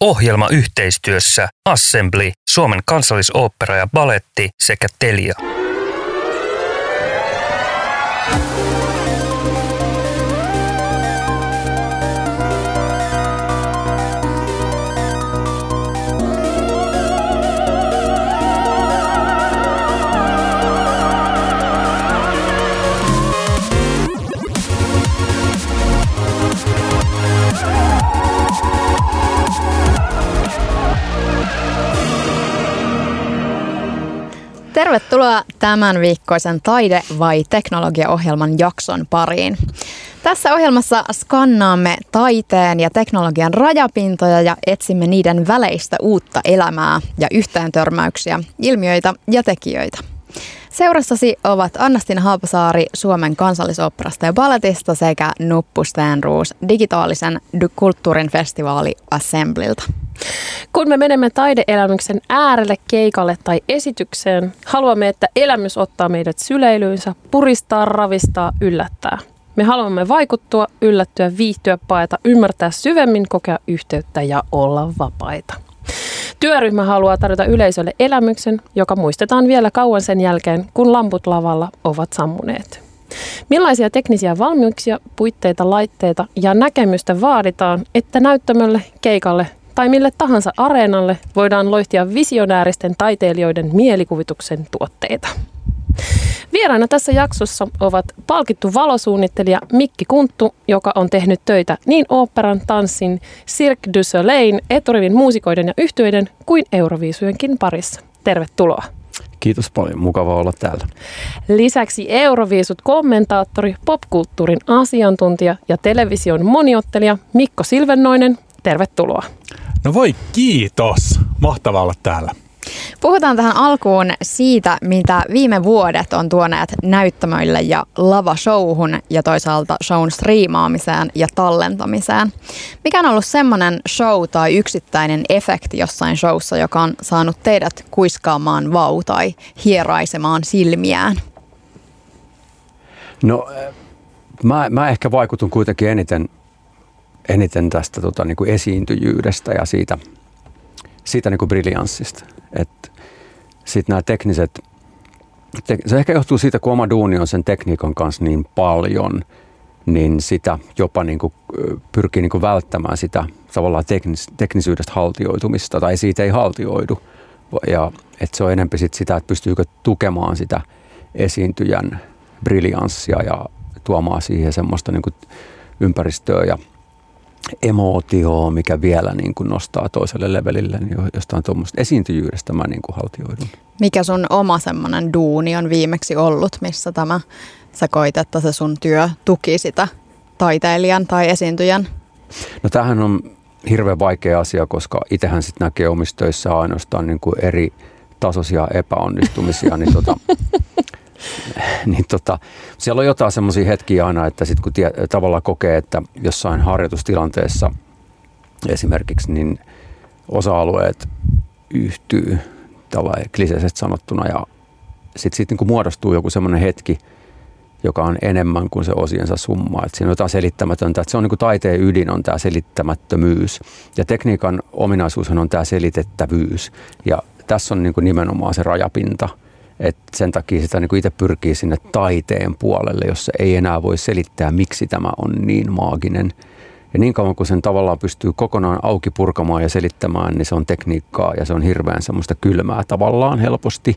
Ohjelma yhteistyössä Assembly, Suomen kansallisooppera ja baletti sekä Telia. Tervetuloa tämän viikkoisen taide- vai teknologia-ohjelman jakson pariin. Tässä ohjelmassa skannaamme taiteen ja teknologian rajapintoja ja etsimme niiden väleistä uutta elämää ja yhteentörmäyksiä, ilmiöitä ja tekijöitä. Seurassasi ovat Anna-Stina Haapasaari Suomen kansallisoopperasta ja balletista sekä Nuppu Stenroos digitaalisen kulttuurin festivaali Assemblylta. Kun me menemme taideelämyksen äärelle, keikalle tai esitykseen, haluamme, että elämys ottaa meidät syleilyynsä, puristaa, ravistaa, yllättää. Me haluamme vaikuttua, yllättyä, viihtyä, paeta, ymmärtää syvemmin, kokea yhteyttä ja olla vapaita. Työryhmä haluaa tarjota yleisölle elämyksen, joka muistetaan vielä kauan sen jälkeen, kun lamput lavalla ovat sammuneet. Millaisia teknisiä valmiuksia, puitteita, laitteita ja näkemystä vaaditaan, että näyttämölle, keikalle tai mille tahansa areenalle voidaan loihtia visionääristen taiteilijoiden mielikuvituksen tuotteita. Vieraana tässä jaksossa ovat palkittu valosuunnittelija Mikki Kunttu, joka on tehnyt töitä niin oopperan, tanssin, Cirque du Soleilin, eturivin muusikoiden ja yhtyeiden kuin Euroviisujenkin parissa. Tervetuloa. Kiitos paljon, mukava olla täällä. Lisäksi Euroviisut kommentaattori, popkulttuurin asiantuntija ja television moniottelija Mikko Silvennoinen. Tervetuloa. No voi kiitos, mahtavaa olla täällä. Puhutaan tähän alkuun siitä, mitä viime vuodet on tuoneet näyttämöille ja lavashowhun ja toisaalta shown striimaamiseen ja tallentamiseen. Mikä on ollut semmoinen show tai yksittäinen efekti jossain showssa, joka on saanut teidät kuiskaamaan vau tai hieraisemaan silmiään? No mä ehkä vaikutun kuitenkin eniten tästä niin kuin esiintyjyydestä ja siitä niin kuin briljanssista. Sitten nämä tekniset, se ehkä johtuu siitä, kun oma duuni on sen tekniikan kanssa niin paljon, niin sitä jopa niin kuin pyrkii niin kuin välttämään sitä tavallaan teknisyydestä haltioitumista, tai siitä ei haltioidu. Ja että se on enemmän sitä, että pystyykö tukemaan sitä esiintyjän briljanssia ja tuomaan siihen semmoista niin kuin ympäristöä ja emootioon, mikä vielä niin kuin nostaa toiselle levelille, niin jostain tuommoista esiintyjyydestä mä niin kuin haltioidun. Mikä sun oma semmoinen duuni on viimeksi ollut, missä sä koit, että se sun työ tuki sitä taiteilijan tai esiintyjän? No tämähän on hirveän vaikea asia, koska itsehän sitten näkee omissa töissä ainoastaan niin kuin eri tasoisia epäonnistumisia, niin siellä on jotain semmoisia hetkiä aina, että sitten kun tavallaan kokee, että jossain harjoitustilanteessa esimerkiksi, niin osa-alueet yhtyy tällainen kliseisesti sanottuna ja sitten niin kuin muodostuu joku semmoinen hetki, joka on enemmän kuin se osiensa summa. Että siinä on jotain selittämätöntä. Että se on niin kuin taiteen ydin on tämä selittämättömyys ja tekniikan ominaisuushan on tämä selitettävyys ja tässä on niin kuin nimenomaan se rajapinta. Et sen takia sitä niin kuin itse pyrkii sinne taiteen puolelle, jossa ei enää voi selittää, miksi tämä on niin maaginen. Ja niin kauan kuin sen tavallaan pystyy kokonaan auki purkamaan ja selittämään, niin se on tekniikkaa ja se on hirveän semmoista kylmää tavallaan helposti.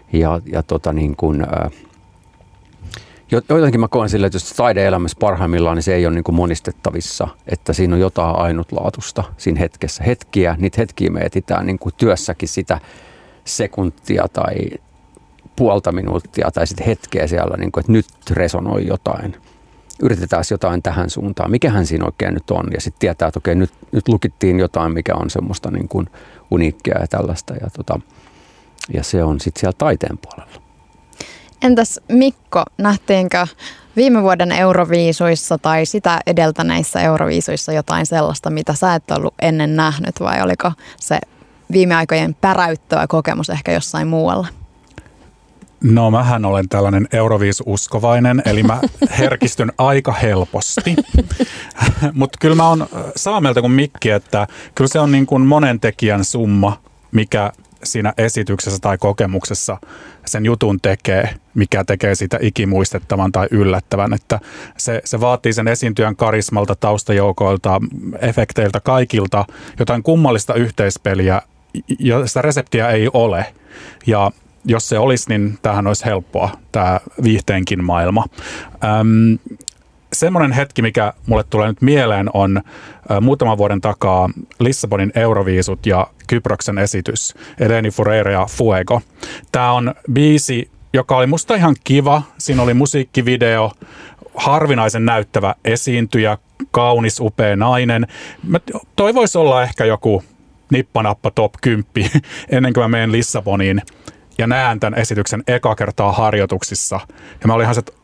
Jotenkin mä koen silleen, että jos taide-elämässä parhaimmillaan, niin se ei ole niin kuin monistettavissa, että siinä on jotain ainutlaatusta siinä hetkessä. Niitä hetkiä me etsitään niin kuin työssäkin sitä sekuntia tai puolta minuuttia tai sitten hetkeä siellä, niin kuin, että nyt resonoi jotain. Yritetään jotain tähän suuntaan. Mikähän siinä oikein nyt on? Ja sitten tietää, että okei, nyt lukittiin jotain, mikä on semmoista niin kuin uniikkia ja tällaista. Ja se on sitten siellä taiteen puolella. Entäs Mikko, nähtiinkö viime vuoden Euroviisuissa tai sitä edeltäneissä Euroviisuissa jotain sellaista, mitä sä et ollut ennen nähnyt, vai oliko se viime aikojen päräyttävä kokemus ehkä jossain muualla? No mähän olen tällainen Euroviisu-uskovainen, eli mä herkistyn aika helposti. Mutta kyllä mä oon samaa mieltä kuin Mikki, että kyllä se on niin kuin monen tekijän summa, mikä siinä esityksessä tai kokemuksessa sen jutun tekee, mikä tekee sitä ikimuistettavan tai yllättävän. Että se vaatii sen esiintyjän karismalta, taustajoukoilta, efekteiltä, kaikilta jotain kummallista yhteispeliä, ja sitä reseptiä ei ole. Ja jos se olisi, niin tämähän olisi helppoa, tämä viihteenkin maailma. Semmoinen hetki, mikä mulle tulee nyt mieleen, on muutaman vuoden takaa Lissabonin Euroviisut ja Kyproksen esitys, Eleni Foureira ja Fuego. Tämä on biisi, joka oli musta ihan kiva. Siinä oli musiikkivideo, harvinaisen näyttävä esiintyjä, kaunis, upea nainen. Toi voisi olla ehkä joku nippanappa top 10 ennen kuin mä menen Lissaboniin ja näen tämän esityksen eka kertaa harjoituksissa. Ja mä olin ihan se, että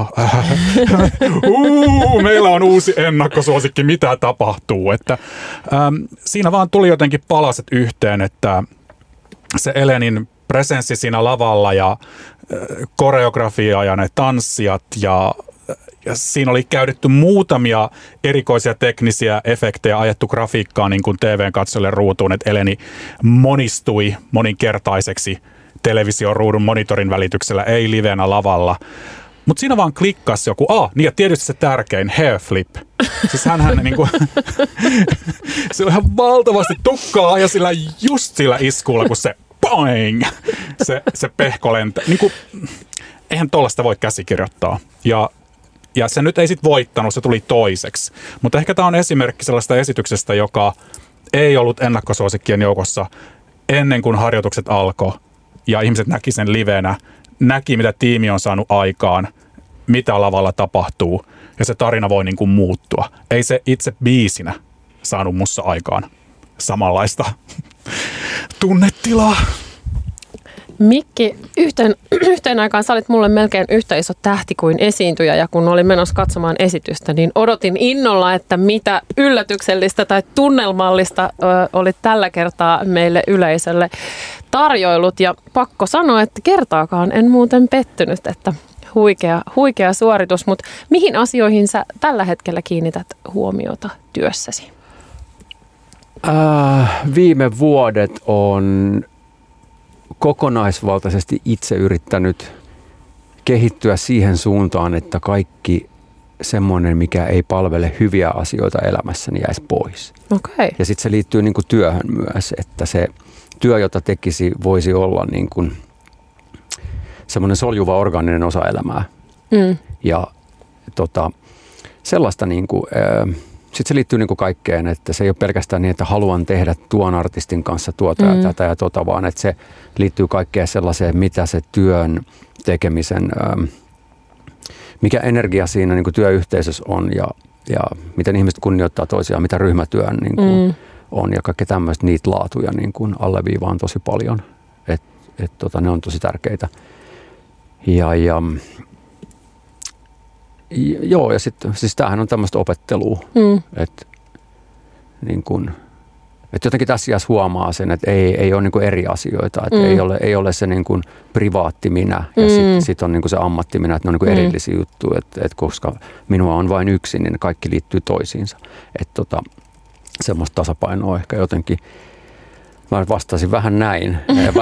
meillä on uusi ennakkosuosikki, mitä tapahtuu. Että, siinä vaan tuli jotenkin palaset yhteen, että se Elenin presenssi siinä lavalla ja koreografia ja ne tanssijat ja siinä oli käytetty muutamia erikoisia teknisiä efektejä, ajettu grafiikkaa niin kuin TVn katsojille ruutuun, että Eleni monistui moninkertaiseksi television ruudun monitorin välityksellä, ei livenä lavalla. Mutta siinä vaan klikkasi joku, niin ja tietysti se tärkein, hair flip. Siis hänhän niinku, sillä on ihan valtavasti tukkaa ja just sillä iskulla, kun se boing, se pehko lentää. Niinku, eihän tollaista voi käsikirjoittaa. Ja se nyt ei sit voittanut, se tuli toiseksi. Mutta ehkä tämä on esimerkki sellaista esityksestä, joka ei ollut ennakkosuosikkien joukossa ennen kuin harjoitukset alkoi. Ja ihmiset näki sen livenä, näki mitä tiimi on saanut aikaan, mitä lavalla tapahtuu. Ja se tarina voi niin kuin muuttua. Ei se itse biisinä saanut musta aikaan samanlaista tunnetilaa. Mikki, yhteen aikaan sä olit mulle melkein yhtä iso tähti kuin esiintyjä, ja kun olin menossa katsomaan esitystä, niin odotin innolla, että mitä yllätyksellistä tai tunnelmallista olit tällä kertaa meille yleisölle tarjoilut. Ja pakko sanoa, että kertaakaan en muuten pettynyt, että huikea suoritus, mutta mihin asioihin sä tällä hetkellä kiinnität huomiota työssäsi? Viime vuodet on kokonaisvaltaisesti itse yrittänyt kehittyä siihen suuntaan, että kaikki semmoinen, mikä ei palvele hyviä asioita elämässäni, jäisi pois. Okay. Ja sitten se liittyy niin kuin työhön myös, että se työ, jota tekisi, voisi olla niin kuin semmoinen soljuva orgaaninen osa elämää. Ja sellaista niin kuin, sitten se liittyy niin kuin kaikkeen, että se ei ole pelkästään niin, että haluan tehdä tuon artistin kanssa tuota ja tätä ja vaan että se liittyy kaikkeen sellaiseen, mitä se työn tekemisen, mikä energia siinä niin kuin työyhteisössä on ja miten ihmiset kunnioittaa toisiaan, mitä ryhmätyön niin kuin on ja kaikki tämmöiset niitä laatuja niin kuin alleviivaan tosi paljon, että ne on tosi tärkeitä. Joo, ja sitten siis tämähän on tämmöistä opettelua, että niin kun, että jotenkin tässä iässä huomaa sen, että ei ole niin kuin eri asioita, että ei ole se niin kuin privaatti minä ja sitten on niin kuin se ammatti minä, että ne on niin kuin erillisiä juttuja, että koska minua on vain yksi, niin kaikki liittyy toisiinsa, että semmoista tasapainoa ehkä jotenkin. Mä vastasin vähän näin,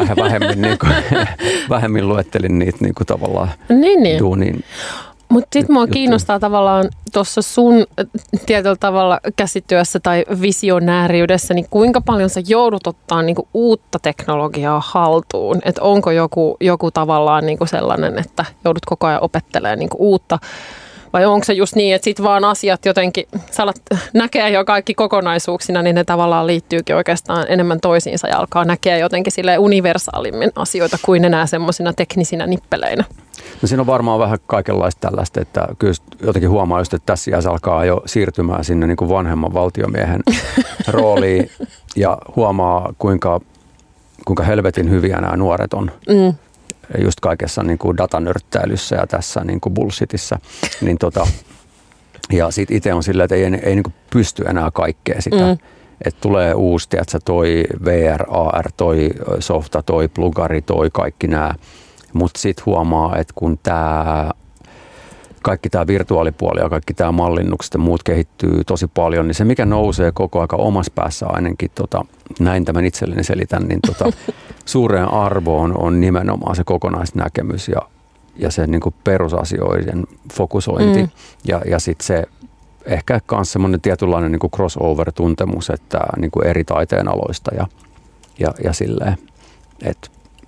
vähemmin luettelin niitä niin kuin tavallaan duuniin. Mutta sitten mua kiinnostaa tavallaan tuossa sun tietyllä tavalla käsityössä tai visionääriydessä, niin kuinka paljon sä joudut ottaa niinku uutta teknologiaa haltuun? Että onko joku tavallaan niinku sellainen, että joudut koko ajan opettelemaan niinku uutta? Vai onko se just niin, että sit vaan asiat jotenkin, sä alat näkee jo kaikki kokonaisuuksina, niin ne tavallaan liittyykin oikeastaan enemmän toisiinsa ja alkaa näkeä jotenkin silleen universaalimmin asioita kuin enää semmoisina teknisinä nippeleinä? No siinä on varmaan vähän kaikenlaista tällaista, että kyllä jotenkin huomaa just, että tässä iässä alkaa jo siirtymään sinne niin kuin vanhemman valtiomiehen rooliin ja huomaa kuinka helvetin hyviä nämä nuoret on. Just kaikessa niin kuin datanörttäilyssä ja tässä niin kuin bullshitissa. Niin ja sitten itse on silleen, että ei niin kuin pysty enää kaikkea sitä. Että tulee uusi, tiedätkö, toi VR, AR, toi softa, toi plugari, toi kaikki nämä Mutta sitten huomaa, että kun kaikki tämä virtuaalipuoli ja kaikki tämä mallinnukset ja muut kehittyy tosi paljon, niin se mikä nousee koko aika omassa päässä ainakin, näin tämän itselleni selitän, niin suureen arvoon on nimenomaan se kokonaisnäkemys ja se niin kuin perusasioiden fokusointi ja sitten se ehkä myös semmoinen tietynlainen niin kuin crossover-tuntemus, että niin kuin eri taiteenaloista ja silleen, että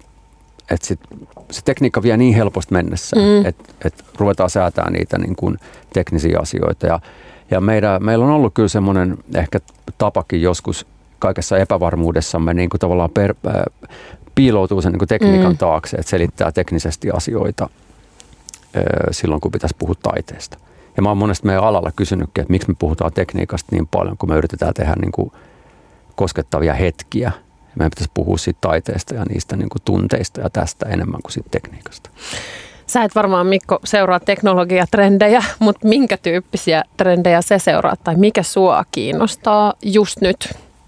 se tekniikka vie niin helposti mennessä, että ruvetaan säätämään niitä niin kuin teknisiä asioita. Ja meillä on ollut kyllä semmoinen ehkä tapakin joskus kaikessa epävarmuudessamme niin kuin tavallaan piiloutuu sen niin kuin tekniikan taakse, että selittää teknisesti asioita silloin, kun pitäisi puhua taiteesta. Ja mä oon monesti meidän alalla kysynytkin, että miksi me puhutaan tekniikasta niin paljon, kun me yritetään tehdä niin kuin koskettavia hetkiä. Meidän pitäisi puhua siitä taiteesta ja niistä niin kuin tunteista ja tästä enemmän kuin siitä tekniikasta. Sä et varmaan, Mikko, seuraa teknologiatrendejä, mutta minkä tyyppisiä trendejä se seuraa tai mikä sua kiinnostaa just nyt?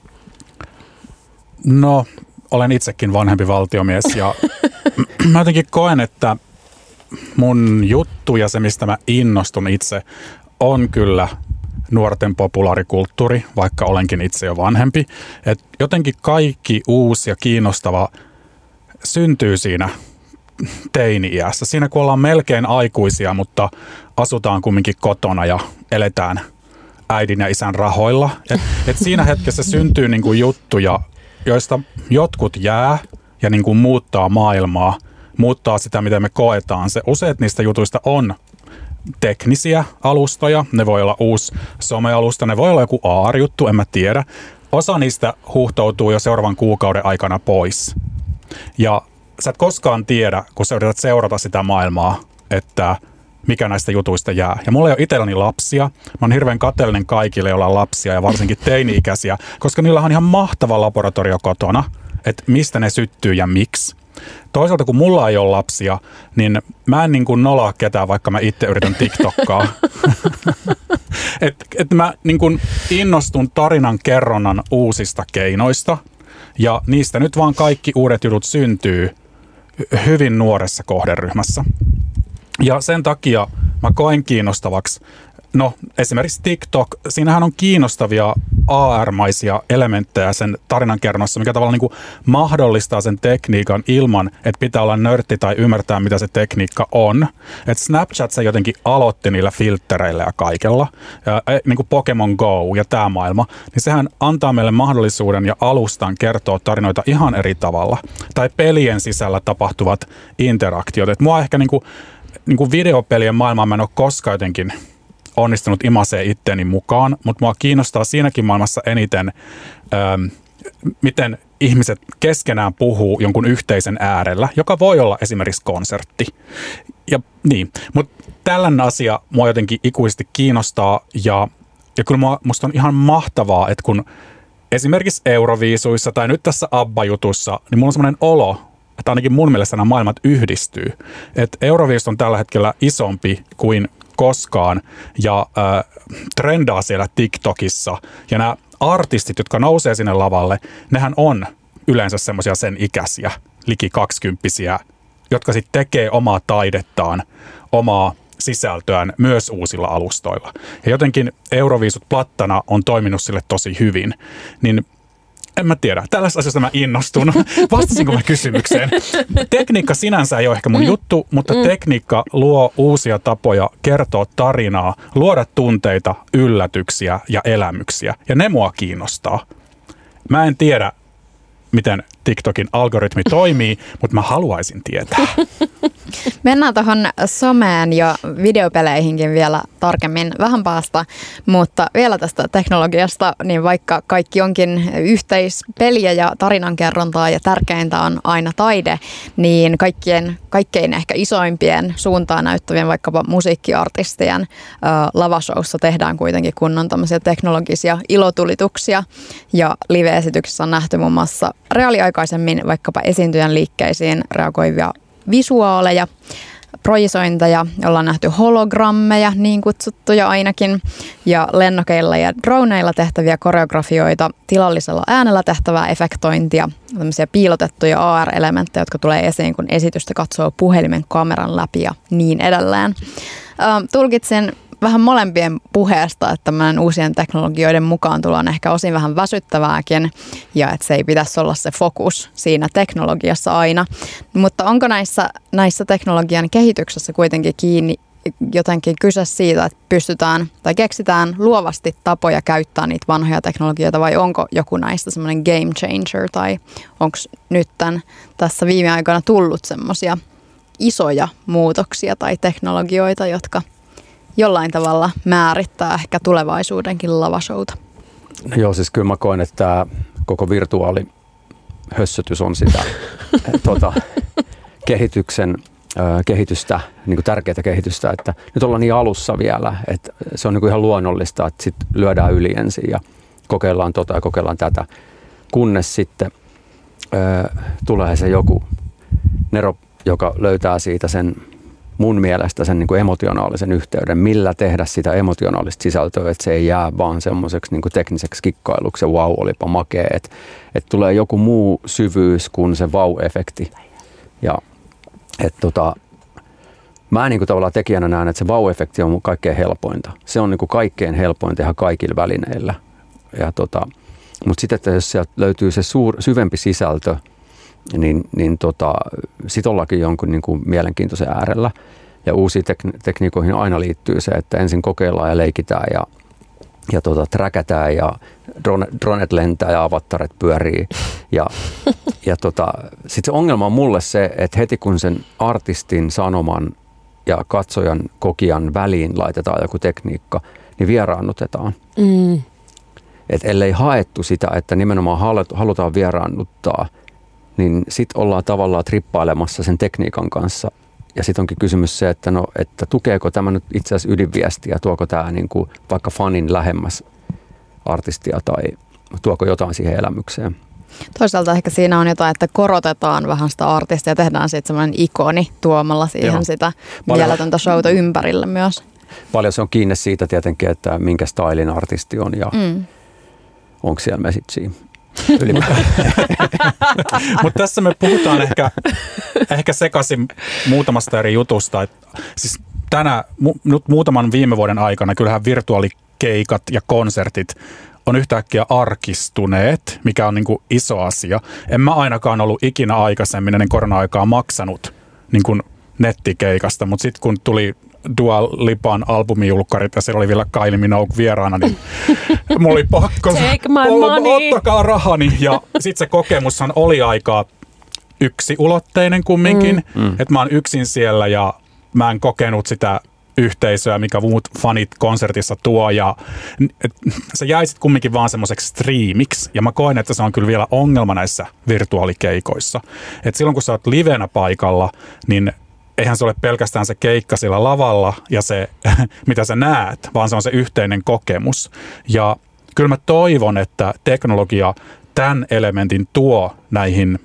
No, olen itsekin vanhempi valtiomies ja mä jotenkin koen, että mun juttu ja se, mistä mä innostun itse, on kyllä nuorten populaarikulttuuri, vaikka olenkin itse jo vanhempi. Et jotenkin kaikki uusi ja kiinnostava syntyy siinä teini-iässä. Siinä kun ollaan melkein aikuisia, mutta asutaan kumminkin kotona ja eletään äidin ja isän rahoilla. Et siinä hetkessä syntyy niinku juttuja, joista jotkut jää ja niinku muuttaa maailmaa, muuttaa sitä, miten me koetaan. Useat niistä jutuista on teknisiä alustoja, ne voi olla uusi somealusta, ne voi olla joku AR-juttu, en mä tiedä. Osa niistä huuhtoutuu jo seuraavan kuukauden aikana pois. Ja sä et koskaan tiedä, kun sä yrität seurata sitä maailmaa, että mikä näistä jutuista jää. Ja mulla ei ole itselläni lapsia. Mä oon hirveän kateellinen kaikille, joilla on lapsia ja varsinkin teini-ikäisiä, koska niillä on ihan mahtava laboratorio kotona, että mistä ne syttyy ja miksi. Toisaalta kun mulla ei ole lapsia, niin mä en niin kuin nolaa ketään, vaikka mä itse yritän TikTokkaa. et mä niin kuin innostun tarinan kerronnan uusista keinoista ja niistä nyt vaan kaikki uudet jutut syntyy hyvin nuoressa kohderyhmässä. Ja sen takia mä koen kiinnostavaksi, esimerkiksi TikTok, siinähän on kiinnostavia AR-maisia elementtejä sen tarinankerronnossa, mikä tavallaan niin kuin mahdollistaa sen tekniikan ilman, että pitää olla nörtti tai ymmärtää, mitä se tekniikka on. Et Snapchat se jotenkin aloitti niillä filttereillä ja kaikella, ja niin kuin Pokemon Go ja tämä maailma, niin sehän antaa meille mahdollisuuden ja alustan kertoa tarinoita ihan eri tavalla. Tai pelien sisällä tapahtuvat interaktiot. Et mua ehkä niin kuin videopelien maailmaan mä en ole koskaan jotenkin onnistunut imasee itteeni mukaan, mutta mua kiinnostaa siinäkin maailmassa eniten, miten ihmiset keskenään puhuu jonkun yhteisen äärellä, joka voi olla esimerkiksi konsertti. Ja niin, mutta tällainen asia mua jotenkin ikuisesti kiinnostaa ja kyllä musta on ihan mahtavaa, että kun esimerkiksi Euroviisuissa tai nyt tässä ABBA-jutussa, niin mulla on semmoinen olo, että ainakin mun mielestä nämä maailmat yhdistyy. Että Euroviisut on tällä hetkellä isompi kuin koskaan ja trendaa siellä TikTokissa. Ja nämä artistit, jotka nousee sinne lavalle, nehän on yleensä semmoisia sen ikäisiä, liki 20-vuotiaita, jotka sitten tekee omaa taidettaan, omaa sisältöään myös uusilla alustoilla. Ja jotenkin Euroviisut plattana on toiminut sille tosi hyvin, niin en mä tiedä. Tällaisesta asiasta mä innostun. Vastasinko mä kysymykseen? Tekniikka sinänsä ei ole ehkä mun juttu, mutta tekniikka luo uusia tapoja kertoa tarinaa, luoda tunteita, yllätyksiä ja elämyksiä. Ja ne mua kiinnostaa. Mä en tiedä, miten TikTokin algoritmi toimii, mutta mä haluaisin tietää. Mennään tuohon someen ja videopeleihinkin vielä tarkemmin vähän päästä, mutta vielä tästä teknologiasta, niin vaikka kaikki onkin yhteispeliä ja tarinankerrontaa ja tärkeintä on aina taide, niin kaikkein ehkä isoimpien suuntaan näyttävien vaikkapa musiikkiartistien lavashowssa tehdään kuitenkin kunnon tämmöisiä teknologisia ilotulituksia ja live-esityksissä on nähty muun muassa reaaliaikaisemmin vaikkapa esiintyjän liikkeisiin reagoivia visuaaleja. projisointeja, ollaan nähty hologrammeja, niin kutsuttuja ainakin, ja lennokeilla ja droneilla tehtäviä koreografioita, tilallisella äänellä tehtävää efektointia, tämmöisiä piilotettuja AR-elementtejä, jotka tulee esiin, kun esitystä katsoo puhelimen kameran läpi ja niin edelleen. Tulkitsen vähän molempien puheesta, että tämmöinen uusien teknologioiden mukaan tulo on ehkä osin vähän väsyttävääkin ja että se ei pitäisi olla se fokus siinä teknologiassa aina. Mutta onko näissä teknologian kehityksessä kuitenkin kiinni jotenkin kyse siitä, että pystytään tai keksitään luovasti tapoja käyttää niitä vanhoja teknologioita vai onko joku näistä semmoinen game changer tai onko nyt tässä viime aikoina tullut semmoisia isoja muutoksia tai teknologioita, jotka jollain tavalla määrittää ehkä tulevaisuudenkin lavashouta? No joo, siis kyllä mä koen, että tämä koko virtuaalihössötys on sitä kehitystä, niin kuin tärkeää kehitystä, että nyt ollaan niin alussa vielä, että se on niin kuin ihan luonnollista, että sitten lyödään yli ensin ja kokeillaan ja kokeillaan tätä, kunnes sitten tulee se joku nero, joka löytää siitä sen mun mielestä sen niin kuin emotionaalisen yhteyden, millä tehdä sitä emotionaalista sisältöä, että se ei jää vaan semmoiseksi niin kuin tekniseksi kikkailuksi ja wow, olipa makea, että tulee joku muu syvyys kuin se wow-efekti. Ja mä niin kuin tavallaan tekijänä näen, että se wow-efekti on kaikkein helpointa. Se on niin kuin kaikkein helpoin tehdä kaikilla välineillä. Mutta sitten, että jos sieltä löytyy se syvempi sisältö, niin sit ollaankin jonkun niin kuin mielenkiintoisen äärellä. Ja uusiin tekniikoihin aina liittyy se, että ensin kokeillaan ja leikitään ja träkätään ja dronet lentää ja avataret pyörii. Ja sitten se ongelma on mulle se, että heti kun sen artistin sanoman ja katsojan, kokijan väliin laitetaan joku tekniikka, niin vieraannutetaan. Et ellei haettu sitä, että nimenomaan halutaan vieraannuttaa, niin sitten ollaan tavallaan trippailemassa sen tekniikan kanssa. Ja sitten onkin kysymys se, että tukeeko tämä nyt itse asiassa ydinviestiä, tuoko tämä niinku vaikka fanin lähemmäs artistia tai tuoko jotain siihen elämykseen. Toisaalta ehkä siinä on jotain, että korotetaan vähän sitä artistia ja tehdään siitä semmoinen ikoni tuomalla siihen sitä mieletöntä showta ympärille myös. Paljon se on kiinni siitä tietenkin, että minkä stylin artisti on ja onko siellä messagea. Mutta tässä me puhutaan ehkä sekaisin muutamasta eri jutusta. Siis nyt muutaman viime vuoden aikana kyllähän virtuaalikeikat ja konsertit on yhtäkkiä arkistuneet, mikä on niin kuin iso asia. En mä ainakaan ollut ikinä aikaisemmin ennen korona-aikaa maksanut niin kuin nettikeikasta, mutta sitten kun tuli Dua Lipan albumijulkkarit ja siellä oli vielä Kylie Minogue vieraana, niin mulla oli pakko ottakaa rahani. Ja sitten se kokemushan oli aika yksiulotteinen kumminkin, että mä oon yksin siellä ja mä en kokenut sitä yhteisöä, mikä muut fanit konsertissa tuo ja se jäi sitten kumminkin vaan semmoiseksi striimiksi ja mä koen, että se on kyllä vielä ongelma näissä virtuaalikeikoissa. Että silloin kun sä oot livenä paikalla, niin eihän se ole pelkästään se keikka sillä lavalla ja se, mitä sä näet, vaan se on se yhteinen kokemus. Ja kyllä mä toivon, että teknologia tämän elementin tuo näihin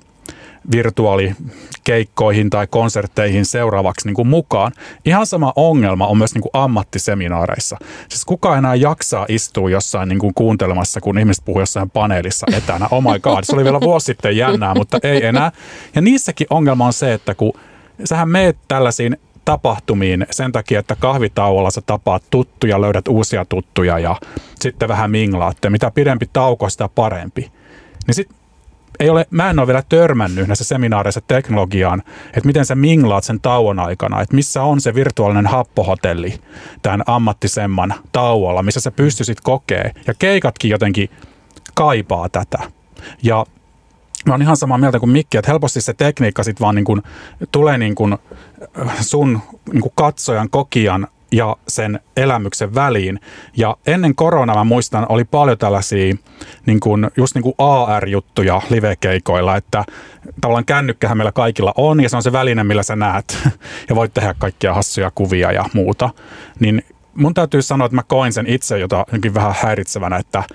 virtuaalikeikkoihin tai konsertteihin seuraavaksi niin kuin mukaan. Ihan sama ongelma on myös niin kuin ammattiseminaareissa. Siis kuka enää jaksaa istua jossain niin kuin kuuntelemassa, kun ihmiset puhuu jossain paneelissa etänä. Oh my god, se oli vielä vuosi sitten jännää, mutta ei enää. Ja niissäkin ongelma on se, että kun sähän meet tällaisiin tapahtumiin sen takia, että kahvitauolla sä tapaat tuttuja, löydät uusia tuttuja ja sitten vähän minglaatte. Mitä pidempi tauko, sitä parempi. Niin sit mä en ole vielä törmännyt näissä seminaareissa teknologiaan, että miten sä minglaat sen tauon aikana, että missä on se virtuaalinen happohotelli tämän ammattisemman tauolla, missä sä pystyisit kokee. Ja keikatkin jotenkin kaipaa tätä. Ja mä oon ihan samaa mieltä kuin Mikki, että helposti se tekniikka sit vaan niin kun tulee niin kun sun niin kun katsojan, kokijan ja sen elämyksen väliin. Ja ennen koronaa mä muistan, oli paljon tällaisia just niin kuin AR-juttuja livekeikoilla, että tavallaan kännykkähän meillä kaikilla on ja se on se väline, millä sä näet ja voit tehdä kaikkia hassuja kuvia ja muuta. Niin mun täytyy sanoa, että mä koin sen itse jotenkin vähän häiritsevänä, että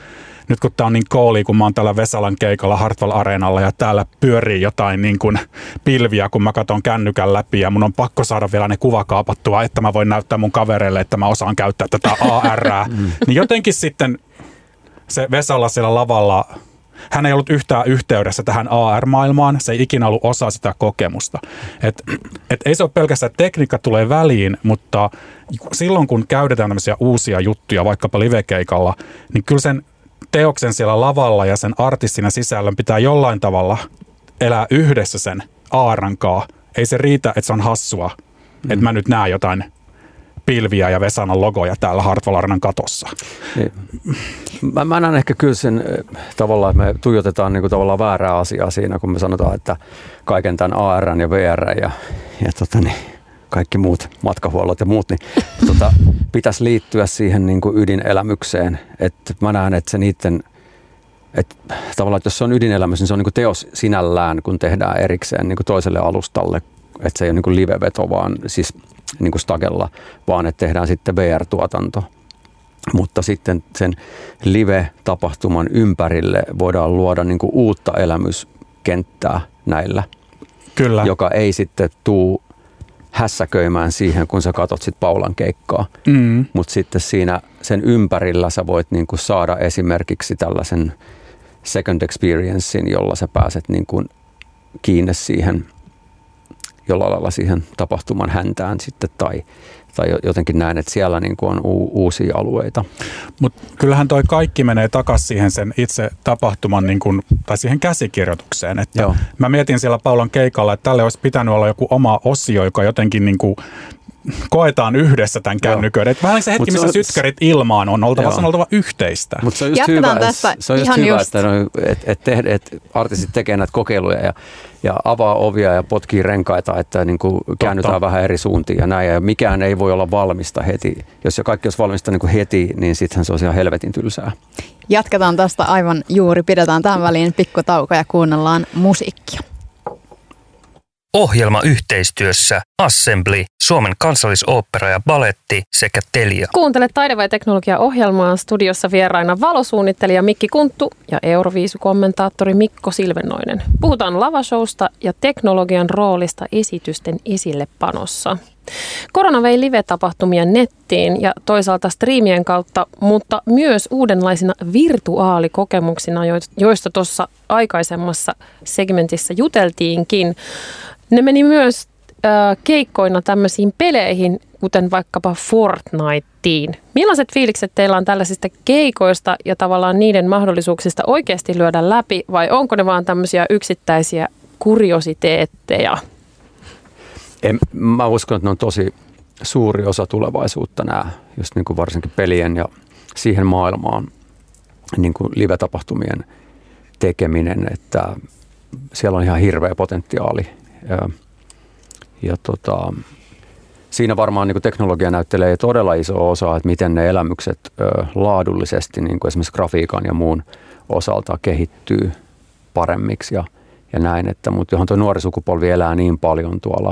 nyt kun tää on niin kooli, kun mä oon täällä Vesalan keikalla Hartwall Areenalla ja täällä pyörii jotain niin kuin pilviä, kun mä katson kännykän läpi ja mun on pakko saada vielä ne kuvakaapattua, että mä voin näyttää mun kavereille, että mä osaan käyttää tätä AR:ää. Niin jotenkin sitten se Vesala siellä lavalla, hän ei ollut yhtään yhteydessä tähän AR-maailmaan, se ei ikinä ollut osa sitä kokemusta. Et ei se ole pelkästään, että tekniikka tulee väliin, mutta silloin kun käytetään tämmöisiä uusia juttuja vaikkapa livekeikalla, niin kyllä sen teoksen siellä lavalla ja sen artistin sisällön pitää jollain tavalla elää yhdessä sen AR:nkaan. Ei se riitä, että se on hassua, että mä nyt näen jotain pilviä ja Vesanan logoja täällä Hartwall Areenan katossa. Niin. Mä näen ehkä kyllä sen tavallaan, että me tuijotetaan niin kuin tavallaan väärää asiaa siinä, kun me sanotaan, että kaiken tämän AR ja VR ja kaikki muut matkahuollot ja muut, niin pitäisi liittyä siihen niin kuin ydinelämykseen. Että mä näen, että se niiden, että tavallaan, että jos se on ydinelämys, niin se on niin kuin teos sinällään, kun tehdään erikseen niin kuin toiselle alustalle. Että se ei ole niin kuin live-veto, vaan siis niin kuin Stagella, vaan että tehdään sitten VR-tuotanto. Mutta sitten sen live-tapahtuman ympärille voidaan luoda niin kuin uutta elämyskenttää näillä, Kyllä. joka ei sitten tuu hässäköimään siihen, kun sä katot sit Paulan keikkaa. Mutta sitten siinä sen ympärillä sä voit niin kuin saada esimerkiksi tällaisen second experiencein, jolla sä pääset niin kuin kiinni siihen jollain lailla siihen tapahtuman häntään sitten tai jotenkin näen, että siellä niin kuin on uusia alueita. Mutta kyllähän toi kaikki menee takaisin siihen sen itse tapahtuman niin kuin, tai siihen käsikirjoitukseen. Että mä mietin siellä Paulan keikalla, että tälle olisi pitänyt olla joku oma osio, joka jotenkin niin kuin koetaan yhdessä tämän kännyköiden. Vähän se hetki, missä sytkärit ilmaan on oltava yhteistä. Mutta se on just hyvä, että artistit tekee näitä kokeiluja ja avaa ovia ja potkii renkaita, että niin kuin käännytään vähän eri suuntiin ja näin. Ja mikään ei voi olla valmista heti. Jos kaikki olisi valmista niin kuin heti, niin sittenhän se olisi ihan helvetin tylsää. Jatketaan tästä aivan juuri. Pidetään tämän väliin pikkutauko ja kuunnellaan musiikkia. Ohjelma yhteistyössä Assembly, Suomen kansallisooppera ja baletti sekä Telia. Kuuntele Taide vai teknologia -ohjelmaa. Studiossa vieraina valosuunnittelija Mikki Kunttu ja Euroviisu-kommentaattori Mikko Silvennoinen. Puhutaan lavashowsta ja teknologian roolista esitysten esillepanossa. Korona vei live-tapahtumia nettiin ja toisaalta striimien kautta, mutta myös uudenlaisina virtuaalikokemuksina, joista tuossa aikaisemmassa segmentissä juteltiinkin. Ne meni myös keikkoina tämmöisiin peleihin, kuten vaikkapa Fortniteen. Millaiset fiilikset teillä on tällaisista keikoista ja tavallaan niiden mahdollisuuksista oikeasti lyödä läpi, vai onko ne vaan tämmöisiä yksittäisiä kuriositeetteja? Mä uskon, että ne on tosi suuri osa tulevaisuutta nämä, just niin kuin varsinkin pelien ja siihen maailmaan niin kuin live-tapahtumien tekeminen, että siellä on ihan hirveä potentiaali. Siinä varmaan niin kuin teknologia näyttelee todella iso osa, että miten ne elämykset laadullisesti, niin kuin esimerkiksi grafiikan ja muun osalta kehittyy paremmiksi ja näin, mutta johon tuo nuori sukupolvi elää niin paljon tuolla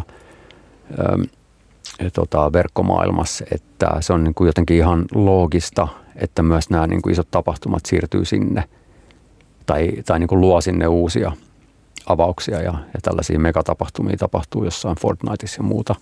verkkomaailmassa, että se on niin kuin jotenkin ihan loogista, että myös nämä niin kuin isot tapahtumat siirtyy sinne tai niin kuin luo sinne uusia avauksia ja tällaisia megatapahtumia tapahtuu jossain Fortniteissa ja muuta.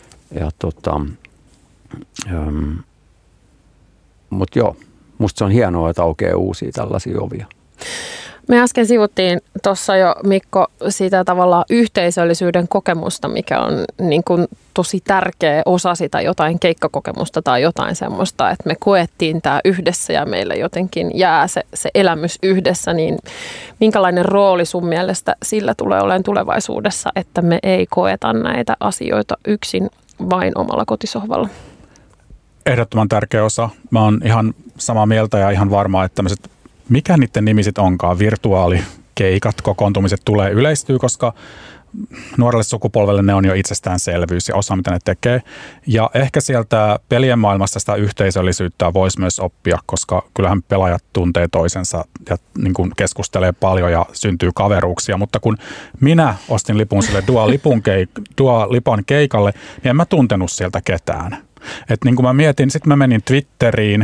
Mutta joo, musta se on hienoa, että aukeaa uusia tällaisia ovia. Me äsken sivuttiin tuossa jo, Mikko, sitä tavallaan yhteisöllisyyden kokemusta, mikä on niin kuin tosi tärkeä osa sitä jotain keikkakokemusta tai jotain semmoista, että me koettiin tämä yhdessä ja meillä jotenkin jää se elämys yhdessä, niin minkälainen rooli sun mielestä sillä tulee olemaan tulevaisuudessa, että me ei koeta näitä asioita yksin vain omalla kotisohvalla? Ehdottoman tärkeä osa. Mä oon ihan samaa mieltä ja ihan varma, että tämmöiset mikä niiden nimi sitten onkaan, virtuaalikeikat, kokoontumiset tulee yleistyä, koska nuorelle sukupolvelle ne on jo itsestäänselvyys ja osa, mitä ne tekee. Ja ehkä sieltä pelien maailmasta sitä yhteisöllisyyttä voisi myös oppia, koska kyllähän pelaajat tuntee toisensa ja niin kuin keskustelee paljon ja syntyy kaveruuksia. Mutta kun minä ostin lipun sille Dua Lipan keikalle, niin en mä tuntenut sieltä ketään. Että niin kuin mä mietin, sitten mä menin Twitteriin,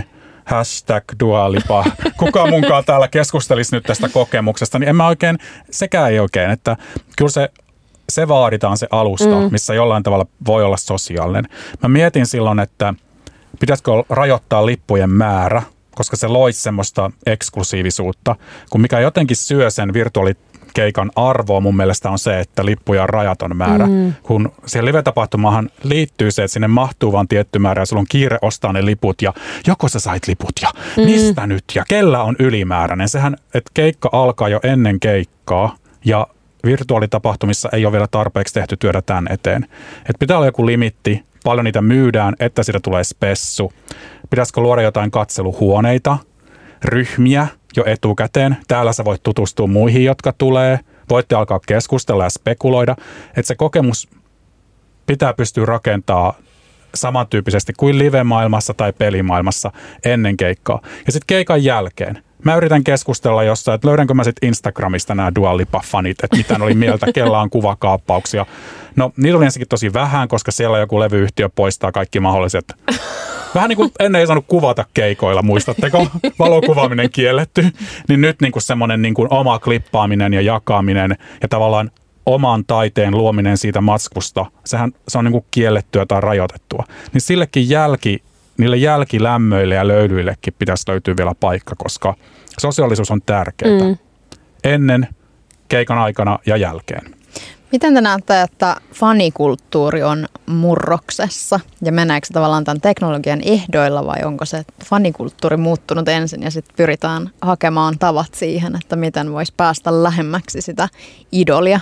#Dua Lipa, kuka munkaan täällä keskustelisi nyt tästä kokemuksesta, niin en mä oikein, sekään ei oikein, että kyllä se vaaditaan se alusta, missä jollain tavalla voi olla sosiaalinen. Mä mietin silloin, että pitäisikö rajoittaa lippujen määrä, koska se loisi semmoista eksklusiivisuutta, kun mikä jotenkin syö sen virtuaalikeikan arvoa mun mielestä on se, että lippuja on rajaton määrä. Kun siihen live-tapahtumahan liittyy se, että sinne mahtuu vaan tietty määrä ja sulla on kiire ostaa ne liput ja joko sä sait liput ja mistä nyt ja kellä on ylimääräinen. Sehän, että keikka alkaa jo ennen keikkaa ja virtuaalitapahtumissa ei ole vielä tarpeeksi tehty työtä tämän eteen. Että pitää olla joku limitti, paljon niitä myydään, että siitä tulee spessu. Pitäisikö luoda jotain katseluhuoneita, ryhmiä jo etukäteen. Täällä sä voit tutustua muihin, jotka tulee. Voitte alkaa keskustella ja spekuloida. Että se kokemus pitää pystyä rakentamaan samantyyppisesti kuin live-maailmassa tai pelimaailmassa ennen keikkaa. Ja sitten keikan jälkeen. Mä yritän keskustella jossain, että löydänkö mä sitten Instagramista nämä Dua Lipa-fanit, että mitä ne oli mieltä, kella on kuvakaappauksia. No, niitä oli ensinnäkin tosi vähän, koska siellä joku levyyhtiö poistaa kaikki mahdolliset. Vähän niin kuin ennen ei saanut kuvata keikoilla, muistatteko? Valokuvaaminen kielletty. Niin nyt niin kuin semmoinen niin kuin oma klippaaminen ja jakaminen ja tavallaan oman taiteen luominen siitä matskusta, se on niin kuin kiellettyä tai rajoitettua. Niin sillekin niille jälkilämmöille ja löydyillekin pitäisi löytyä vielä paikka, koska sosiaalisuus on tärkeää ennen, keikan aikana ja jälkeen. Miten te näette, että fanikulttuuri on murroksessa ja meneekö se tavallaan tämän teknologian ehdoilla vai onko se fanikulttuuri muuttunut ensin ja sitten pyritään hakemaan tavat siihen, että miten voisi päästä lähemmäksi sitä idolia?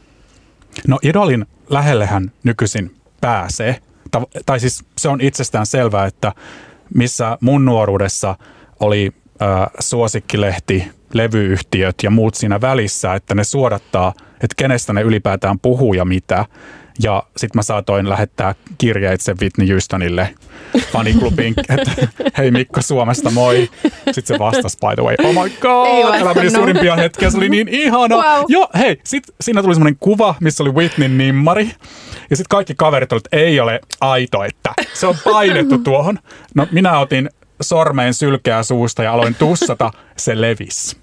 No idolin lähellehän nykyisin pääsee. Tai siis se on itsestään selvää, että missä mun nuoruudessa oli suosikkilehti, levyyhtiöt ja muut siinä välissä, että ne suodattaa, että kenestä ne ylipäätään puhuu ja mitä. Ja sit mä saatoin lähettää kirjeitse Whitney Houstonille faniklubiin, että hei Mikko Suomesta, moi. Sitten se vastasi, by the way, oh my god, elämäni suurimpia hetkiä, se oli niin ihana. Wow. Joo, hei, sit siinä tuli semmoinen kuva, missä oli Whitneyn nimmari. Ja sitten kaikki kaverit olivat, että ei ole aito, että se on painettu tuohon. No minä otin sormeen sylkeää suusta ja aloin tussata, se levisi.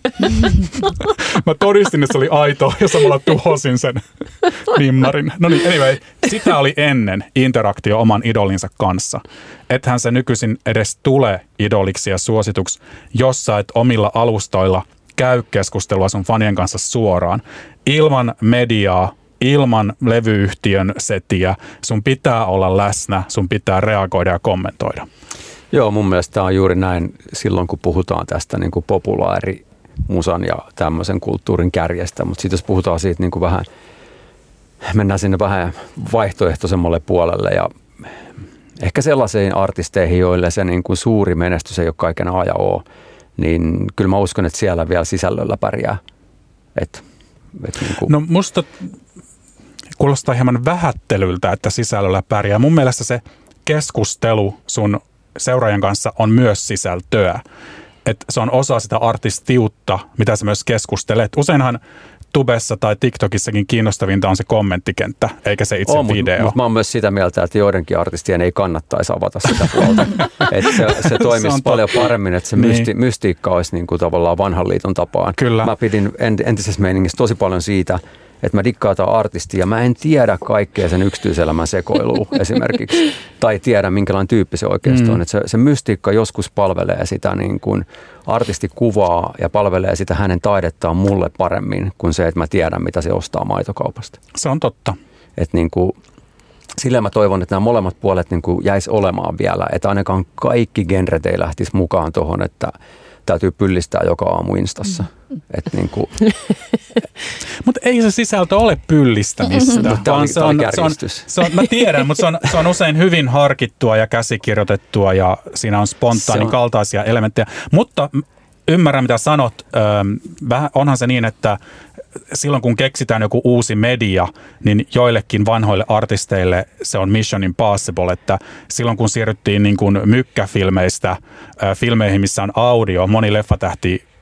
Mä todistin, että se oli aito ja samalla tuhosin sen nimmarin. No niin, anyway, sitä oli ennen interaktio oman idolinsa kanssa. Ethän se nykyisin edes tule idoliksi ja suosituksi, jos sä et omilla alustoilla käy keskustelua sun fanien kanssa suoraan. Ilman mediaa, ilman levyyhtiön setiä, sun pitää olla läsnä, sun pitää reagoida ja kommentoida. Joo, mun mielestä tämä on juuri näin silloin, kun puhutaan tästä niin kuin populaarimusan ja tämmöisen kulttuurin kärjestä, mutta sitten jos puhutaan siitä niin kuin vähän, mennään sinne vähän vaihtoehtoisemmalle puolelle ja ehkä sellaisiin artisteihin, joille se niin kuin suuri menestys ei ole kaiken A ja O, niin kyllä mä uskon, että siellä vielä sisällöllä pärjää. Niin kuin. No musta kuulostaa hieman vähättelyltä, että sisällöllä pärjää. Mun mielestä se keskustelu sun seuraajan kanssa on myös sisältöä. Että se on osa sitä artistiutta, mitä sä myös keskustelet. Useinhan Tubessa tai TikTokissakin kiinnostavinta on se kommenttikenttä, eikä se itse video. Mutta mä oon myös sitä mieltä, että joidenkin artistien ei kannattaisi avata sitä puolta. Että se toimisi paljon paremmin, että se mystiikka olisi niin kuin tavallaan vanhan liiton tapaan. Kyllä. Mä pidin entisessä meiningissä tosi paljon siitä, että mä dikkaan artistia ja mä en tiedä kaikkea sen yksityiselämän sekoilua esimerkiksi. Tai tiedä, minkälainen tyyppi se oikeasti on. Että se mystiikka joskus palvelee sitä niin kuin artistikuvaa ja palvelee sitä hänen taidettaan mulle paremmin kuin se, että mä tiedän, mitä se ostaa maitokaupasta. Se on totta. Että niin kuin, silleen mä toivon, että nämä molemmat puolet niin kuin jäisi olemaan vielä. Että ainakaan kaikki genret ei lähtisi mukaan tuohon, että täytyy pyllistää joka aamu Instassa. Niinku. Mutta ei se sisältö ole pyllistämistä. Mä tiedän, mutta se on usein hyvin harkittua ja käsikirjoitettua ja siinä on spontaanin kaltaisia elementtejä. Mutta ymmärrän, mitä sanot. Onhan se niin, että silloin kun keksitään joku uusi media, niin joillekin vanhoille artisteille se on Mission Impossible, että silloin kun siirryttiin niin kuin mykkäfilmeistä filmeihin, missä on audio, moni leffatähti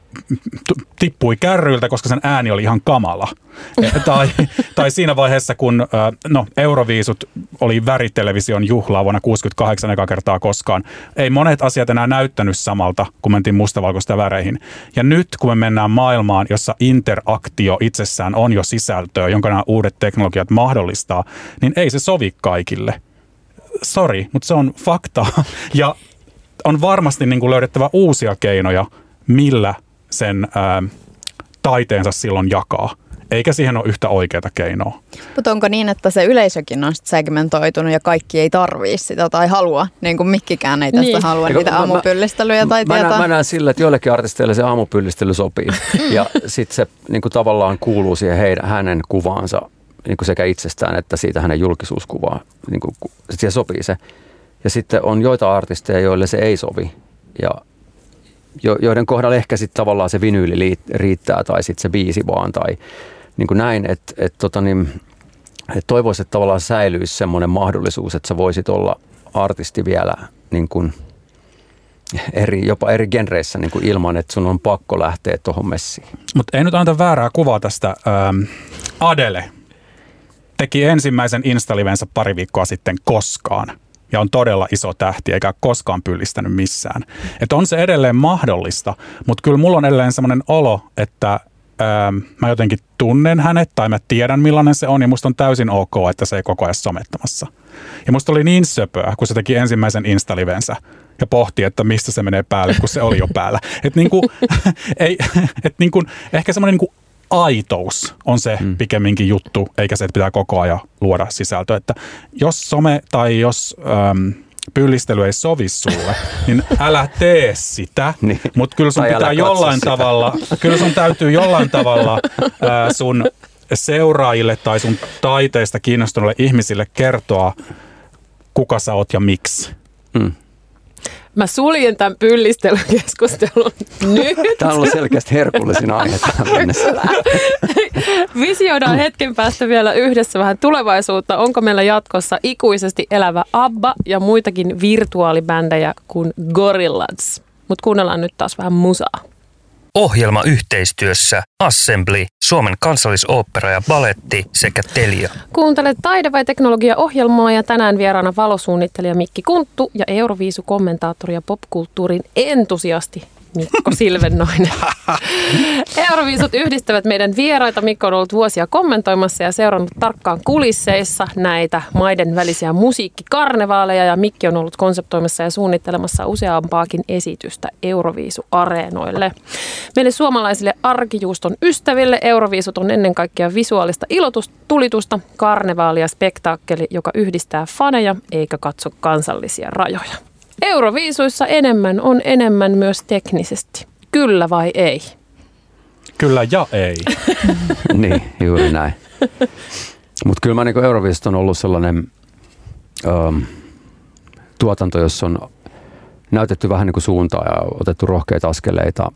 tippui kärryiltä, koska sen ääni oli ihan kamala. Tai siinä vaiheessa, kun Euroviisut oli väritelevision juhlaa vuonna 1968 eka kertaa koskaan. Ei monet asiat enää näyttänyt samalta, kun mentiin mustavalkoista väreihin. Ja nyt, kun me mennään maailmaan, jossa interaktio itsessään on jo sisältöä, jonka nämä uudet teknologiat mahdollistaa, niin ei se sovi kaikille. Sori, mutta se on fakta. Ja on varmasti niin kuin löydettävä uusia keinoja, millä sen taiteensa silloin jakaa. Eikä siihen ole yhtä oikeaa keinoa. Mutta onko niin, että se yleisökin on segmentoitunut ja kaikki ei tarvii sitä tai halua, niin kuin Mikkikään ei tästä halua niitä aamupyllistelyjä tai tietää? Mä näen sillä, että joillekin artisteille se aamupyllistely sopii. Ja sitten se niin kuin tavallaan kuuluu siihen hänen kuvaansa niin kuin sekä itsestään että siitä hänen julkisuuskuvaa. Niin kuin, siihen sopii se. Ja sitten on joita artisteja, joille se ei sovi. Ja joiden kohdalla ehkä sitten tavallaan se vinyyli riittää tai sitten se biisi vaan tai niin kuin näin, että toivoisin, että tavallaan säilyisi semmoinen mahdollisuus, että sä voisit olla artisti vielä niin kuin jopa eri genreissä niin kuin ilman, että sun on pakko lähteä tuohon messiin. Mutta ei nyt anta väärää kuvaa tästä. Adele teki ensimmäisen Insta-livensä pari viikkoa sitten koskaan. Ja on todella iso tähti, eikä koskaan pyllistänyt missään. Että on se edelleen mahdollista, mutta kyllä mulla on edelleen semmoinen olo, että mä jotenkin tunnen hänet tai mä tiedän millainen se on ja musta on täysin ok, että se ei koko ajan somettamassa. Ja musta oli niin söpöä, kun se teki ensimmäisen Insta-livensä ja pohti, että mistä se menee päälle, kun se oli jo päällä. Että ehkä semmoinen niinku aitous on se pikemminkin juttu, eikä se, että pitää koko ajan luoda sisältöä. Että jos some tai jos pyllistely ei sovi sulle, niin älä tee sitä, niin. Mutta kyllä sun pitää jollain tavalla, kyllä sun täytyy jollain tavalla sun seuraajille tai sun taiteesta kiinnostuneille ihmisille kertoa, kuka sä oot ja miksi. Mä suljen tämän pyllistelykeskustelun nyt. Tämä on ollut selkeästi herkullisin aihe tähän mennessä. Visioidaan hetken päästä vielä yhdessä vähän tulevaisuutta. Onko meillä jatkossa ikuisesti elävä ABBA ja muitakin virtuaalibändejä kuin Gorillaz? Mutta kuunnellaan nyt taas vähän musaa. Ohjelma yhteistyössä Assembly, Suomen kansallisooppera ja baletti sekä Telia. Kuuntelet taide- vai teknologia-ohjelmaa ja tänään vieraana valosuunnittelija Mikki Kunttu ja Euroviisu-kommentaattori ja popkulttuurin entusiasti Mikko Silvennoinen. Euroviisut yhdistävät meidän vieraita. Mikko on ollut vuosia kommentoimassa ja seurannut tarkkaan kulisseissa näitä maiden välisiä musiikkikarnevaaleja. Ja Mikki on ollut konseptoimassa ja suunnittelemassa useampaakin esitystä Euroviisu-areenoille. Meille suomalaisille arkijuuston ystäville Euroviisut on ennen kaikkea visuaalista ilotulitusta, karnevaali ja spektaakkeli, joka yhdistää faneja eikä katso kansallisia rajoja. Euroviisuissa enemmän on enemmän myös teknisesti. Kyllä vai ei? Kyllä ja ei. Niin, juuri näin. Mutta kyllä mä niin Euroviisut on ollut sellainen tuotanto, jossa on näytetty vähän niin kuin suuntaa ja otettu rohkeita askeleita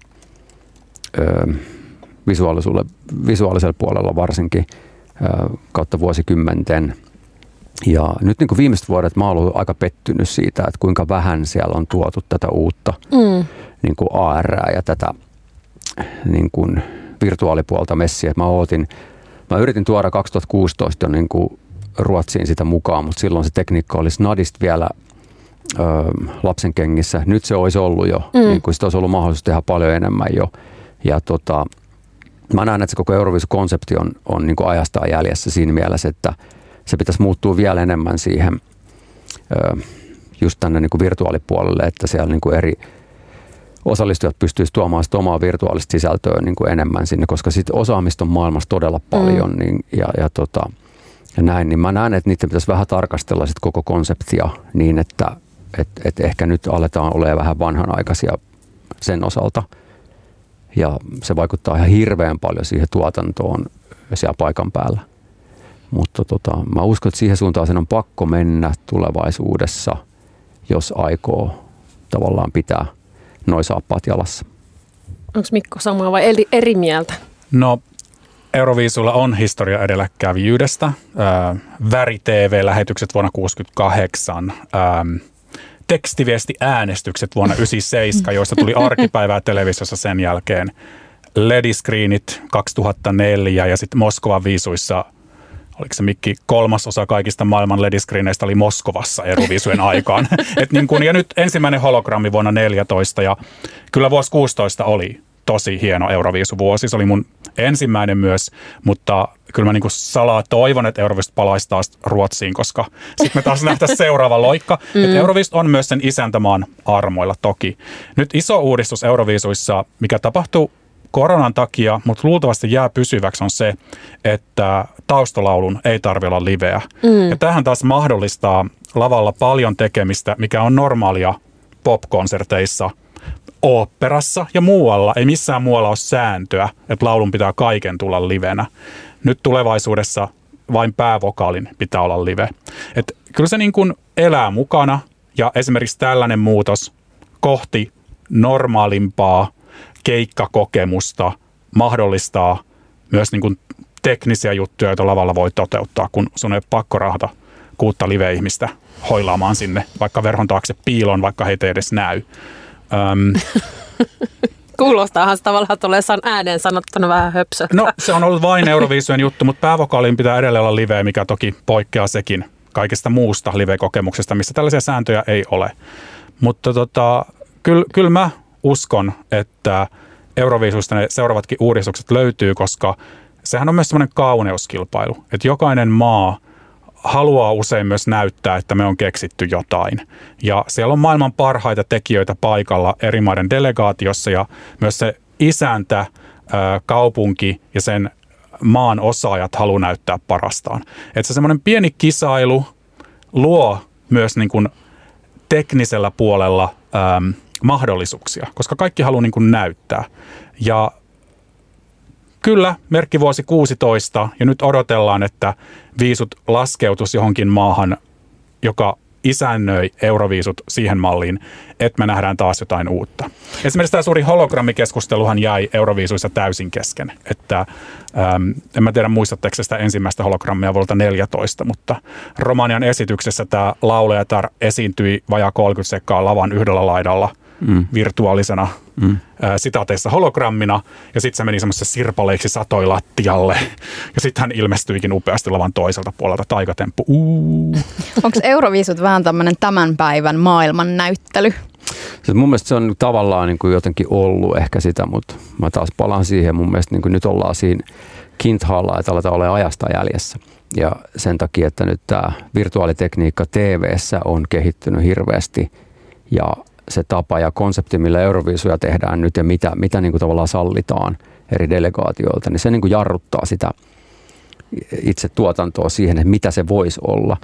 visuaalisella puolella varsinkin kautta vuosikymmenten. Ja nyt niin kuin viimeiset vuodet mä oon ollut aika pettynyt siitä, että kuinka vähän siellä on tuotu tätä uutta niin kuin AR ja tätä niin kuin virtuaalipuolta messiä. Mä yritin tuoda 2016 jo niin kuin Ruotsiin sitä mukaan, mutta silloin se tekniikka oli snadista vielä lapsen kengissä. Nyt se olisi ollut jo, niin kuin sitä olisi ollut mahdollisuus tehdä paljon enemmän jo. Ja mä näen, että se koko Euroviisu-konsepti on niin kuin ajastaan jäljessä siinä mielessä, että se pitäisi muuttua vielä enemmän siihen just tänne niin kuin virtuaalipuolelle, että siellä niin kuin eri osallistujat pystyisivät tuomaan sitä omaa virtuaalista sisältöä niin kuin enemmän sinne, koska sitten osaamista on maailmassa todella paljon niin, ja näin, niin mä näen, että niiden pitäisi vähän tarkastella sit koko konseptia niin, että ehkä nyt aletaan olemaan vähän vanhanaikaisia sen osalta. Ja se vaikuttaa ihan hirveän paljon siihen tuotantoon siellä paikan päällä. Mutta mä uskon, että siihen suuntaan sen on pakko mennä tulevaisuudessa, jos aikoo tavallaan pitää noi saappaat jalassa. Onko Mikko samaa vai eri mieltä? No, Euroviisulla on historia edelläkävijyydestä. Väri-TV-lähetykset vuonna 1968. tekstiviestiäänestykset vuonna 1997, joista tuli arkipäivää televisiossa sen jälkeen. LED-screenit 2004 ja sitten Moskovan viisuissa, oliko se Mikki, 3/3 kaikista maailman LED-screeneistä oli Moskovassa Euroviisujen aikaan. Ja nyt ensimmäinen hologrammi vuonna 2014 ja kyllä vuosi 2016 oli tosi hieno Euroviisuvuosi. Se oli mun ensimmäinen myös, mutta kyllä mä salaa toivon, että Euroviisut palaisi taas Ruotsiin, koska sitten me taas nähtäisiin seuraava loikka. Että Euroviisut on myös sen isäntämaan armoilla toki. Nyt iso uudistus Euroviisuissa, mikä tapahtuu koronan takia, mutta luultavasti jää pysyväksi, on se, että taustalaulun ei tarvitse olla liveä. Ja tämähän taas mahdollistaa lavalla paljon tekemistä, mikä on normaalia pop-konserteissa, oopperassa ja muualla. Ei missään muualla ole sääntöä, että laulun pitää kaiken tulla livenä. Nyt tulevaisuudessa vain päävokaalin pitää olla live. Et kyllä se elää mukana ja esimerkiksi tällainen muutos kohti normaalimpaa keikkakokemusta mahdollistaa myös teknisiä juttuja, joita lavalla voi toteuttaa, kun sun ei ole pakko rahata 6 live-ihmistä hoilaamaan sinne, vaikka verhon taakse piilon, vaikka heitä ei edes näy. Kuulostaahan se tavallaan tulee ääneen sanottuna vähän höpsö. No se on ollut vain Euroviisujen juttu, mutta päävokaaliin pitää edelleen olla live, mikä toki poikkeaa sekin kaikesta muusta live-kokemuksesta, missä tällaisia sääntöjä ei ole. Mutta kyllä mä uskon, että Euroviisuista ne seuraavatkin uudistukset löytyy, koska sehän on myös semmoinen kauneuskilpailu, että jokainen maa haluaa usein myös näyttää, että me on keksitty jotain. Ja siellä on maailman parhaita tekijöitä paikalla eri maiden delegaatiossa ja myös se isäntä, kaupunki ja sen maan osaajat haluaa näyttää parastaan. Että se semmoinen pieni kisailu luo myös teknisellä puolella mahdollisuuksia, koska kaikki haluaa näyttää. Ja kyllä, merkkivuosi 16 ja nyt odotellaan, että viisut laskeutus johonkin maahan, joka isännöi Euroviisut siihen malliin, että me nähdään taas jotain uutta. Esimerkiksi tämä suuri hologrammikeskusteluhan jäi Euroviisuissa täysin kesken. Että, en mä tiedä muistatteko sitä ensimmäistä hologrammia vuodelta 2014, mutta Romanian esityksessä tämä laulajatar esiintyi vajaa 30 sekkaa lavan yhdellä laidalla virtuaalisena sitaateissa hologrammina, ja sitten se meni semmoisessa sirpaleiksi satoi lattialle, ja sitten hän ilmestyikin upeasti lavan toiselta puolelta, taikatemppu. Onko Euroviisut vähän tämmöinen tämän päivän maailmannäyttely? Mun mielestä se on tavallaan jotenkin ollut ehkä sitä, mutta mä taas palaan siihen. Mun mielestä nyt ollaan siinä kinthaalla, että aletaan olla ajasta jäljessä. Ja sen takia, että nyt tämä virtuaalitekniikka TV:ssä on kehittynyt hirveästi, ja se tapa ja konsepti, millä Euroviisuja tehdään nyt ja mitä tavallaan sallitaan eri delegaatioilta, niin se jarruttaa sitä itse tuotantoa siihen, että mitä se voisi olla.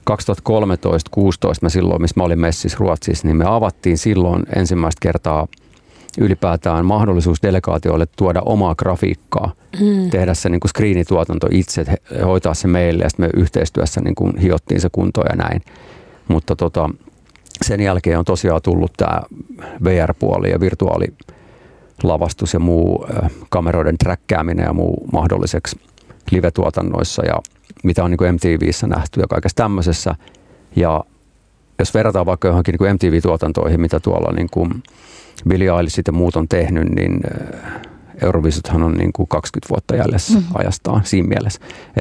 2013-2016 missä mä olin messissä Ruotsissa, niin me avattiin silloin ensimmäistä kertaa ylipäätään mahdollisuus delegaatioille tuoda omaa grafiikkaa, tehdä se screenituotanto itse, hoitaa se meille ja sitten me yhteistyössä hiottiin se kuntoon ja näin. Mutta sen jälkeen on tosiaan tullut tämä VR-puoli ja virtuaalilavastus ja muu kameroiden träkkääminen ja muu mahdolliseksi live-tuotannoissa ja mitä on MTV:ssä nähty ja kaikessa tämmöisessä. Ja jos verrataan vaikka johonkin MTV-tuotantoihin, mitä tuolla Billie Eilishit ja muut on tehnyt, niin Euroviisuthan on 20 vuotta jäljessä ajastaan siinä mielessä.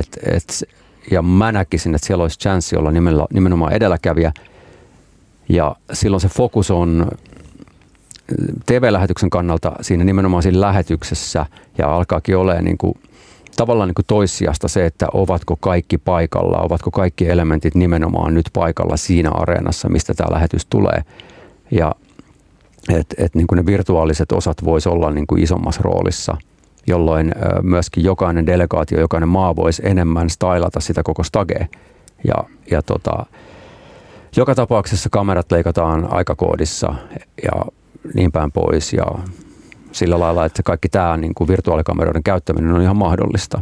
Ja mä näkisin, että siellä olisi chanssi olla nimenomaan edelläkävijä. Ja silloin se fokus on TV-lähetyksen kannalta siinä nimenomaan siinä lähetyksessä ja alkaakin olemaan tavallaan toissijasta se, että ovatko kaikki paikalla, ovatko kaikki elementit nimenomaan nyt paikalla siinä areenassa, mistä tämä lähetys tulee. Ja että ne virtuaaliset osat voisi olla isommassa roolissa, jolloin myöskin jokainen delegaatio, jokainen maa voisi enemmän stylata sitä koko stagea. Ja joka tapauksessa kamerat leikataan aikakoodissa ja niin päin pois ja sillä lailla, että kaikki tämä virtuaalikameroiden käyttäminen on ihan mahdollista.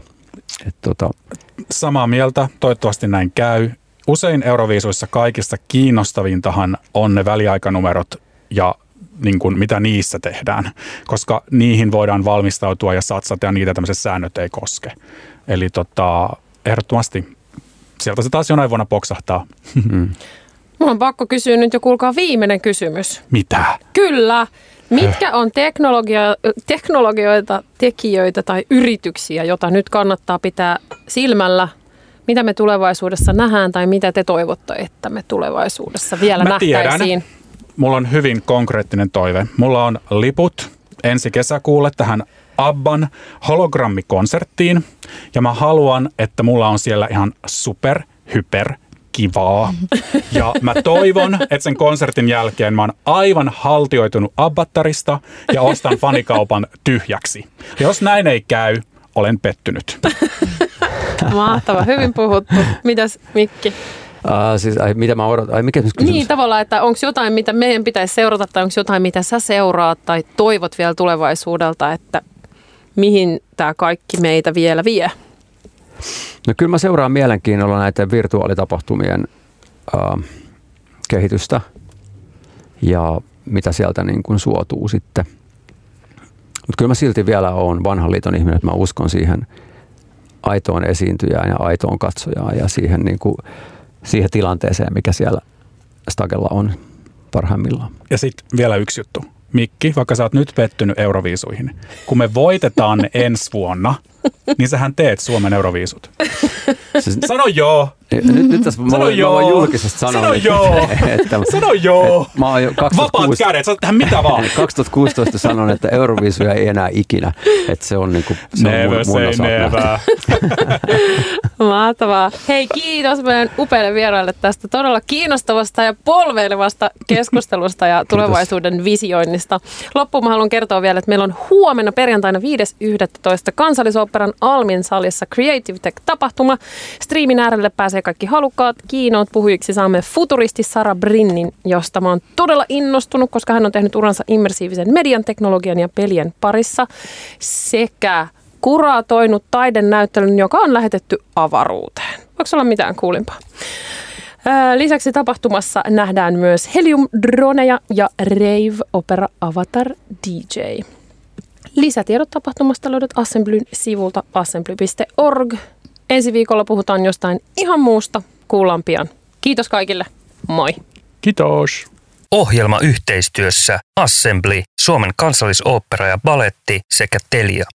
Samaa mieltä, toivottavasti näin käy. Usein Euroviisuissa kaikista kiinnostavintahan on ne väliaikanumerot ja mitä niissä tehdään, koska niihin voidaan valmistautua ja satsata ja niitä tämmöiset säännöt ei koske. Eli ehdottomasti sieltä se taas jonain vuonna poksahtaa. Mun on pakko kysyä nyt jo, kuulkaa viimeinen kysymys. Mitä? Kyllä. Mitkä on teknologioita, tekijöitä tai yrityksiä, jota nyt kannattaa pitää silmällä? Mitä me tulevaisuudessa nähdään tai mitä te toivotte, että me tulevaisuudessa vielä nähtäisiin? Tiedän. Mulla on hyvin konkreettinen toive. Mulla on liput ensi kesäkuulle tähän ABBAn hologrammikonserttiin. Ja mä haluan, että mulla on siellä ihan hyper kivaa. Ja mä toivon, että sen konsertin jälkeen mä oon aivan haltioitunut ABBAttarista ja ostan fanikaupan tyhjäksi. Ja jos näin ei käy, olen pettynyt. Mahtava, hyvin puhuttu. Mitäs Mikki? Mitä mä odotan? Mikä kysymys? Niin tavallaan, että onko jotain, mitä meidän pitäisi seurata tai onko jotain, mitä sä seuraat tai toivot vielä tulevaisuudelta, että mihin tämä kaikki meitä vielä vie? No kyllä mä seuraan mielenkiinnolla näiden virtuaalitapahtumien kehitystä ja mitä sieltä niin kuin suotuu sitten. Mutta kyllä mä silti vielä oon vanhan liiton ihminen, että mä uskon siihen aitoon esiintyjään ja aitoon katsojaan ja siihen, niin kuin, siihen tilanteeseen, mikä siellä Stagella on parhaimmillaan. Ja sitten vielä yksi juttu. Mikki, vaikka sä oot nyt pettynyt Euroviisuihin, kun me voitetaan ne ensi vuonna, niin sähän teet Suomen Euroviisut. Sano joo. Nyt tässä mä voin julkisesti sanoa. Sano joo. Sano joo. Mä oon jo vapaat kädet, sä tähän mitä vaan. 2016 sanon, että Euroviisuja ei enää ikinä. Että se on niinku, se never on mun osalta. Mahtavaa. Hei, kiitos meidän upeille vieraille tästä todella kiinnostavasta ja polveilevasta keskustelusta ja tulevaisuuden visioinnista. Loppuun mä haluan kertoa vielä, että meillä on huomenna perjantaina 5.11. Kansallisoopperan Almin salissa Creative Tech-tapahtuma. Striimin äärelle pääsee kaikki halukkaat. Keynote-puhujiksi saamme futuristi Sara Brinnin, josta mä oon todella innostunut, koska hän on tehnyt uransa immersiivisen median, teknologian ja pelien parissa sekä kuratoinut taidenäyttelyn, joka on lähetetty avaruuteen. Voiko olla mitään kuulimpaa? Lisäksi tapahtumassa nähdään myös Helium-droneja ja Rave Opera Avatar DJ. Lisätiedot tapahtumasta löydät Assemblyn sivulta assembly.org. Ensi viikolla puhutaan jostain ihan muusta. Kuullaan pian. Kiitos kaikille. Moi. Kiitos. Ohjelma yhteistyössä Assembly, Suomen kansallisooppera ja baletti sekä Telia.